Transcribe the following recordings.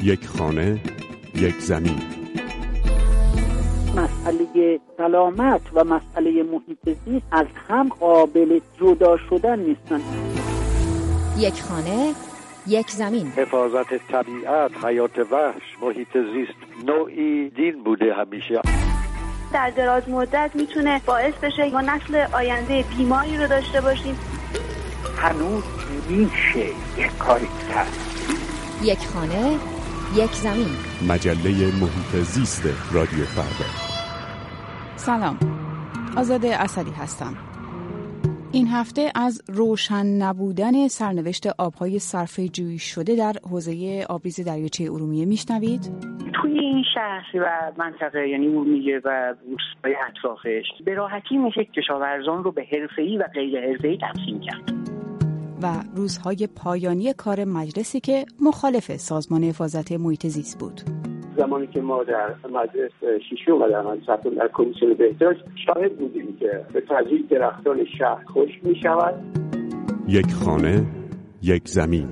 یک خانه، یک زمین. مسئله سلامت و مسئله محیط زیست از هم قابل جدا شدن نیستن. یک خانه، یک زمین. حفاظت طبیعت، حیات وحش، محیط زیست نوعی دین بوده همیشه. در دراز مدت میتونه باعث بشه ما نسل آینده بیماری رو داشته باشیم. هنوز میشه یک کاری کرد. یک خانه، یک زمین. مجله محیط زیست رادیو فردا. سلام، آزاده اسدی هستم. این هفته از روشن نبودن سرنوشت آبهای صرفه‌جویی شده در حوزه آبریز دریاچه ارومیه میشنوید؟ توی این شهر و منطقه یعنی ارومیه و روستای اطرافش به راحتی میشه کشاورزان رو به حرفه‌ای و غیر حرفه‌ای تقسیم کرد. و روزهای پایانی کار مجلسی که مخالف سازمان حفاظت محیط زیست بود. زمانی که ما در مجلس شیشم و در مجلس هفتم در کمیسیون بهداشت شاهد بودیم که به تدریج درختان شهر خشک می شود. یک خانه، یک زمین.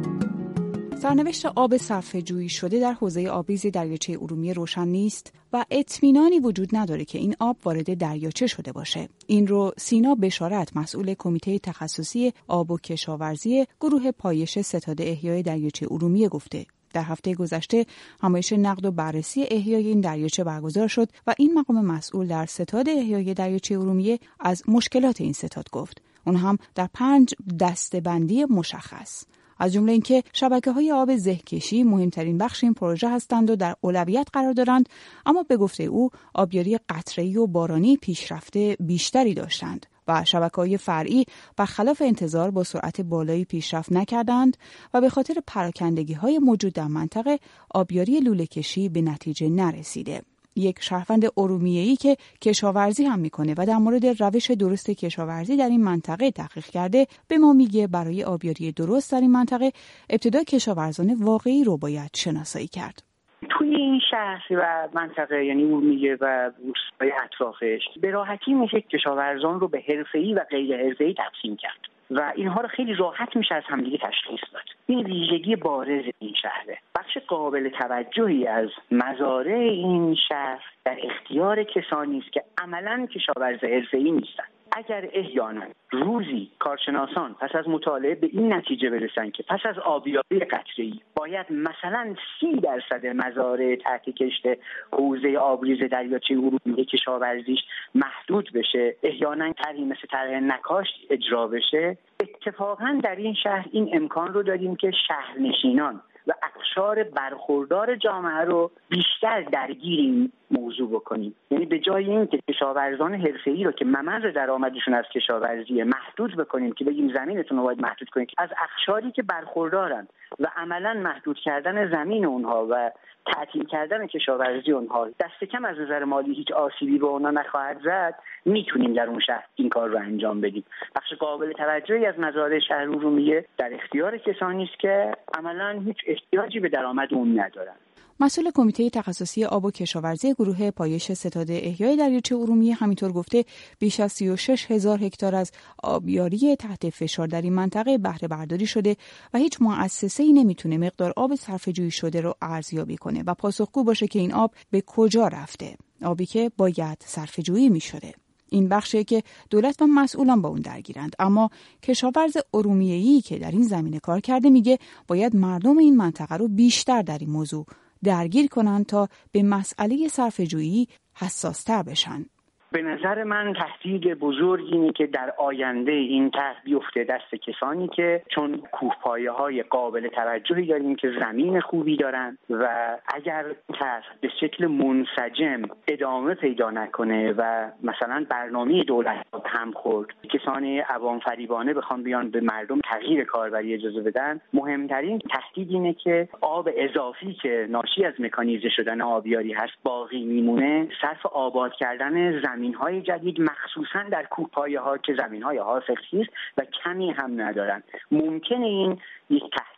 سرنوشت آب صرفه‌جویی شده در حوزه آبریز دریاچه ارومیه روشن نیست و اطمینانی وجود نداره که این آب وارد دریاچه شده باشه. این رو سینا بشارت، مسئول کمیته تخصصی آب و کشاورزی گروه پایش ستاد احیای دریاچه ارومیه گفته. در هفته گذشته همایش نقد و بررسی احیای این دریاچه برگزار شد و این مقام مسئول در ستاد احیای دریاچه ارومیه از مشکلات این ستاد گفت. اون هم در 5 دسته‌بندی مشخص، از جمله اینکه شبکه‌های آب زهکشی مهمترین بخش این پروژه هستند و در اولویت قرار دارند، اما به گفته او آبیاری قطره‌ای و بارانی پیشرفت بیشتری داشتند و شبکه‌های فرعی برخلاف انتظار با سرعت بالایی پیشرفت نکردند و به خاطر پراکندگی‌های موجود در منطقه آبیاری لوله‌کشی به نتیجه نرسیده. یک شهروند ارومیه‌ای که کشاورزی هم میکنه و در مورد روش درست کشاورزی در این منطقه تحقیق کرده به ما میگه برای آبیاری درست در این منطقه ابتدا کشاورزان واقعی رو باید شناسایی کرد. توی این شهر و منطقه یعنی ارومیه و روستای اطرافش به راحتی میشه کشاورزان رو به حرفه‌ای و غیر حرفه‌ای تقسیم کرد و اینها رو خیلی راحت میشه از همدیگه تشخیص داد. این ویژگی بارز این شهره. بخش قابل توجهی از مزارع این شهر در اختیار کسانی است که عملاً کشاورز حرفه‌ای نیستند. اگر احیانا روزی کارشناسان پس از مطالعه به این نتیجه برسن که پس از آبیاری قطره‌ای باید مثلا 30% مزارع تحت کشت حوزه آبریز دریاچه ارومیه کشاورزیش محدود بشه، احیانا طرحی مثل طرح نکاش اجرا بشه، اتفاقا در این شهر این امکان رو داریم که شهرنشینان و اقشار برخوردار جامعه رو بیشتر درگیر این موضوع بکنیم. یعنی به جای اینکه کشاورزان حرفه‌ای رو که ممر درآمدشون از کشاورزی محدود بکنیم که بگیم زمینتون رو باید محدود کنیم، از اقشاری که برخوردارن و عملاً محدود کردن زمین اونها و تعطیل کردن کشاورزی اونها دست کم از نظر مالی هیچ آسیبی به اونها نخواهد زد، میتونیم در اون شهر این کار رو انجام بدیم. بخش قابل توجهی از مزارع شهر ارومیه در اختیار کسانی است که عملاً هیچ احتیاجی به درآمد اون ندارن. مسئول کمیته تخصصی آب و کشاورزی گروه پایش ستاد احیای دریاچه ارومیه همینطور گفته بیش از 36,000 هکتار از آبیاری تحت فشار در این منطقه بهره برداری شده و هیچ مؤسسه‌ای نمیتونه مقدار آب صرفه‌جویی شده رو ارزیابی کنه و پاسخگو باشه که این آب به کجا رفته، آبی که باید صرفه‌جویی می‌شده. این بخشی که دولت و مسئولان با اون درگیرند، اما کشاورز ارومیه‌ای که در این زمینه کار کرده میگه باید مردم این منطقه رو بیشتر در این موضوع درگیر کنن تا به مسئله صرفه‌جویی حساس‌تر بشن. به نظر من تهدید بزرگ اینه که در آینده این طرح بیفته دست کسانی که چون کوهپایه‌های قابل توجهی داریم که زمین خوبی دارن و اگر طرح به شکل منسجم ادامه پیدا نکنه و مثلا برنامه دولت هم خورد، کسانی عوام فریبانه بخوان بیان به مردم تغییر کاربری اجازه بدن، مهمترین تهدید اینه که آب اضافی که ناشی از مکانیزه شدن آبیاری هست باقی میمونه، صرف آباد کردن زمین‌های جدید مخصوصاً در کوهپایه‌ها که زمین‌های حاصلخیز و کمی هم ندارن. ممکنه این یک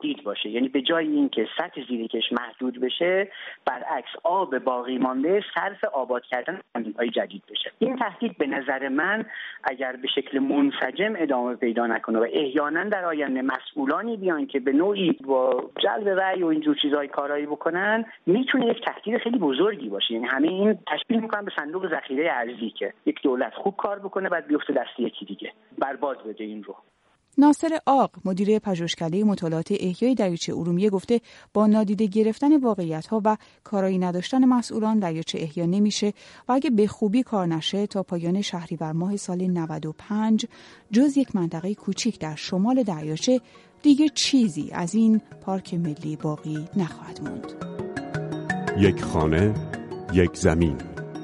تهدید باشه. یعنی به جای اینکه سطح زیرکش محدود بشه، برعکس آب باقی مانده صرف آباد کردن زمین‌های جدید بشه. این تهدید به نظر من اگر به شکل منسجم ادامه پیدا نکنه و احیانا در آینده مسئولانی بیان که به نوعی با جلب رأی و اینجور چیزهای کارایی بکنن، میتونه یک تهدید خیلی بزرگی باشه. یعنی همه این تشبیه میکنن به صندوق ذخیره ارزی که یک دولت خوب کار بکنه بعد بیفته دست یکی دیگه برباد بده این رو. ناصر عاق، مدیر پژوهشکده مطالعات احیای دریاچه ارومیه، گفته با نادیده گرفتن واقعیت‌ها و کارایی نداشتن مسئولان دریاچه احیا نمیشه و اگه به خوبی کار نشه تا پایان شهریور ماه سال 95 جز یک منطقه کوچیک در شمال دریاچه دیگه چیزی از این پارک ملی باقی نخواهد موند. یک خانه، یک زمین.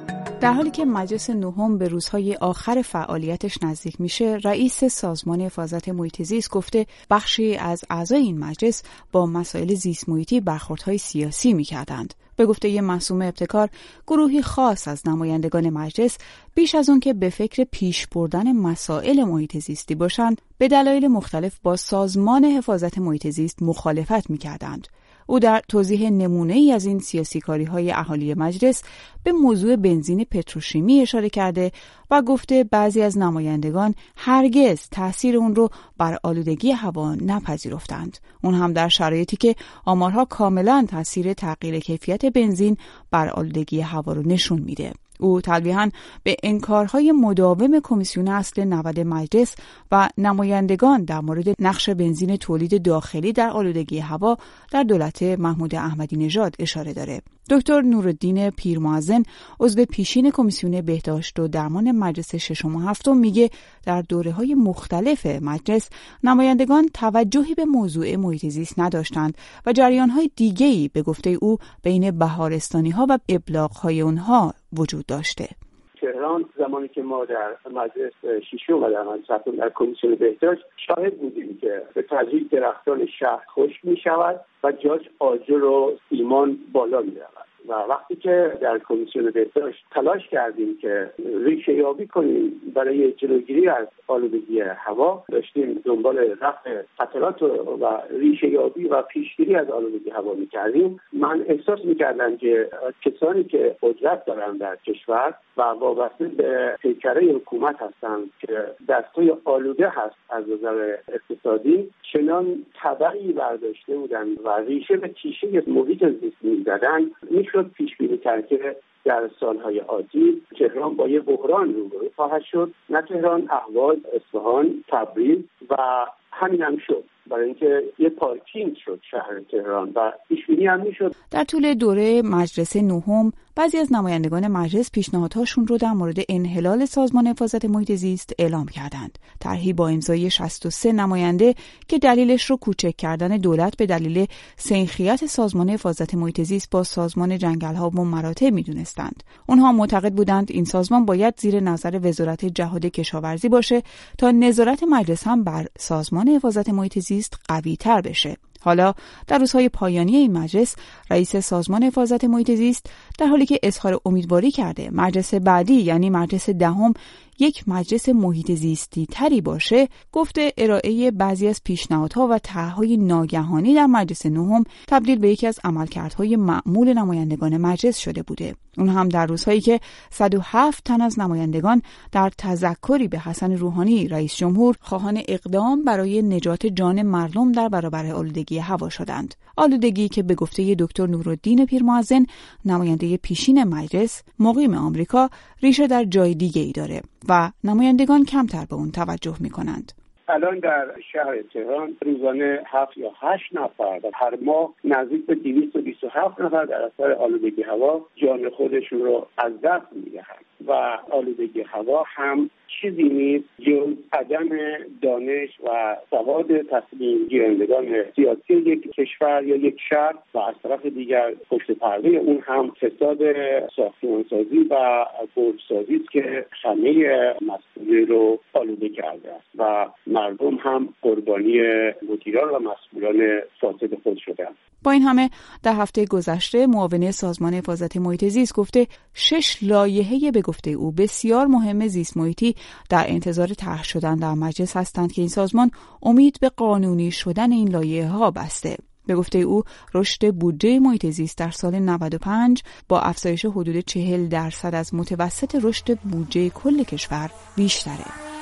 در حالی که مجلس نهم به روزهای آخر فعالیتش نزدیک میشه، رئیس سازمان حفاظت محیط زیست گفته بخشی از اعضای این مجلس با مسائل زیست محیطی برخوردهای سیاسی میکردند. به گفته یه معصومه ابتکار، گروهی خاص از نمایندگان مجلس بیش از اون که به فکر پیش بردن مسائل محیط زیستی باشند، به دلایل مختلف با سازمان حفاظت محیط زیست مخالفت میکردند. او در توضیح نمونه‌ای از این سیاسی‌کاری‌های اهالی مجلس به موضوع بنزین پتروشیمی اشاره کرده و گفته بعضی از نمایندگان هرگز تأثیر اون رو بر آلودگی هوا نپذیرفتند. اون هم در شرایطی که آمارها کاملاً تأثیر تغییر کیفیت بنزین بر آلودگی هوا رو نشون میده. او تلویحاً به انکارهای مداوم کمیسیون اصل 90 مجلس و نمایندگان در مورد نقش بنزین تولید داخلی در آلودگی هوا در دولت محمود احمدی نژاد اشاره داره. دکتر نورالدین پیرمعظم، عضو پیشین کمیسیون بهداشت و درمان مجلس ششم و هفتم، میگه در دوره‌های مختلف مجلس نمایندگان توجهی به موضوع محیط زیست نداشتند و جریان‌های دیگه‌ای به گفته او بین بهارستانی‌ها و ابلاغ‌های اونها وجود داشته. تهران زمانی که ما در مجلس ششم و در مجلس هفتم در کمیسیون بهداشت شاهد بودیم که به تدریج درختان شهر خشک می‌شود و جاش آجر و سیمان بالا می‌رود. و وقتی که در کمیسیون بهداشت تلاش کردیم که ریشه یابی کنیم برای جلوگیری از آلودگی هوا، داشتیم دنبال رفع خطرات و ریشه یابی و پیشگیری از آلودگی هوا می‌کردیم، من احساس می‌کردم که کسانی که قدرت دارن در کشور و وابسته به پیکره حکومت هستند که دستای آلوده هست از نظر اقتصادی، چنان تبعی برداشته بودن و ریشه به تیشه محیط زیست می‌زدن، میشد پیش بینی کرد که در سالهای آتی تهران با یه بحران روبرو خواهد شد. نه تهران، اهواز، اصفهان، تبریز و همین هم شد. برای اینکه یه پارکینگ شد شهر تهران و پیش بینی هم میشد. در طول دوره مجلس نهم بعضی از نمایندگان مجلس پیشنهادهاشون رو در مورد انحلال سازمان حفاظت محیط زیست اعلام کردند. طرحی با امضای 63 نماینده که دلیلش رو کوچک کردن دولت به دلیل سنخیت سازمان حفاظت محیط زیست با سازمان جنگل‌ها و مراتع میدونستند. اونها معتقد بودند این سازمان باید زیر نظر وزارت جهاد کشاورزی باشه تا نظارت مجلس هم بر سازمان حفاظت محیط زیست قوی‌تر بشه. حالا در روزهای پایانی این مجلس، رئیس سازمان حفاظت محیط زیست در حالی که اظهار امیدواری کرده مجلس بعدی یعنی مجلس دهم یک مجلس محیط زیستی تری باشه، گفته ارائه بعضی از پیشنهادها و طرح‌های ناگهانی در مجلس نهم تبدیل به یکی از عملکردهای معمول نمایندگان مجلس شده بوده. اون هم در روزهایی که 107 تن از نمایندگان در تذکری به حسن روحانی رئیس جمهور خواهان اقدام برای نجات جان مردم در برابر آلودگی هوا شدند. آلودگی که به گفته دکتر نورالدین پیرمعظم، نماینده پیشین مجلس، مقیم آمریکا، ریشه در جای دیگه‌ای داره و نمایندگان کمتر به اون توجه می‌کنند. الان در شهر تهران روزانه 7 یا 8 نفر و هر ماه نزدیک به 227 نفر در اثر آلودگی هوا جان خودشون رو از دست می‌دهند و آلودگی هوا هم چیزی نیست جز عدم دانش و سواد تصمیم گیرندگان سیاسی یک کشور یا یک شهر و از طرف دیگر پشت پرده اون هم فساد ساختمانسازی و برج‌سازی است که همه مسئولی رو آلوده کرده است و مردم هم قربانی مدیران و مسئولان فاسد خود شدند. با این همه در هفته گذشته معاون سازمان حفاظت محیط زیست گفته 6 لایحه به گفته او بسیار مهم زیست محیطی در انتظار طرح شدن در مجلس هستند که این سازمان امید به قانونی شدن این لایحه‌ها بسته. به گفته او رشد بودجه محیط زیست در سال 95 با افزایش حدود 40% از متوسط رشد بودجه کل کشور بیشتره.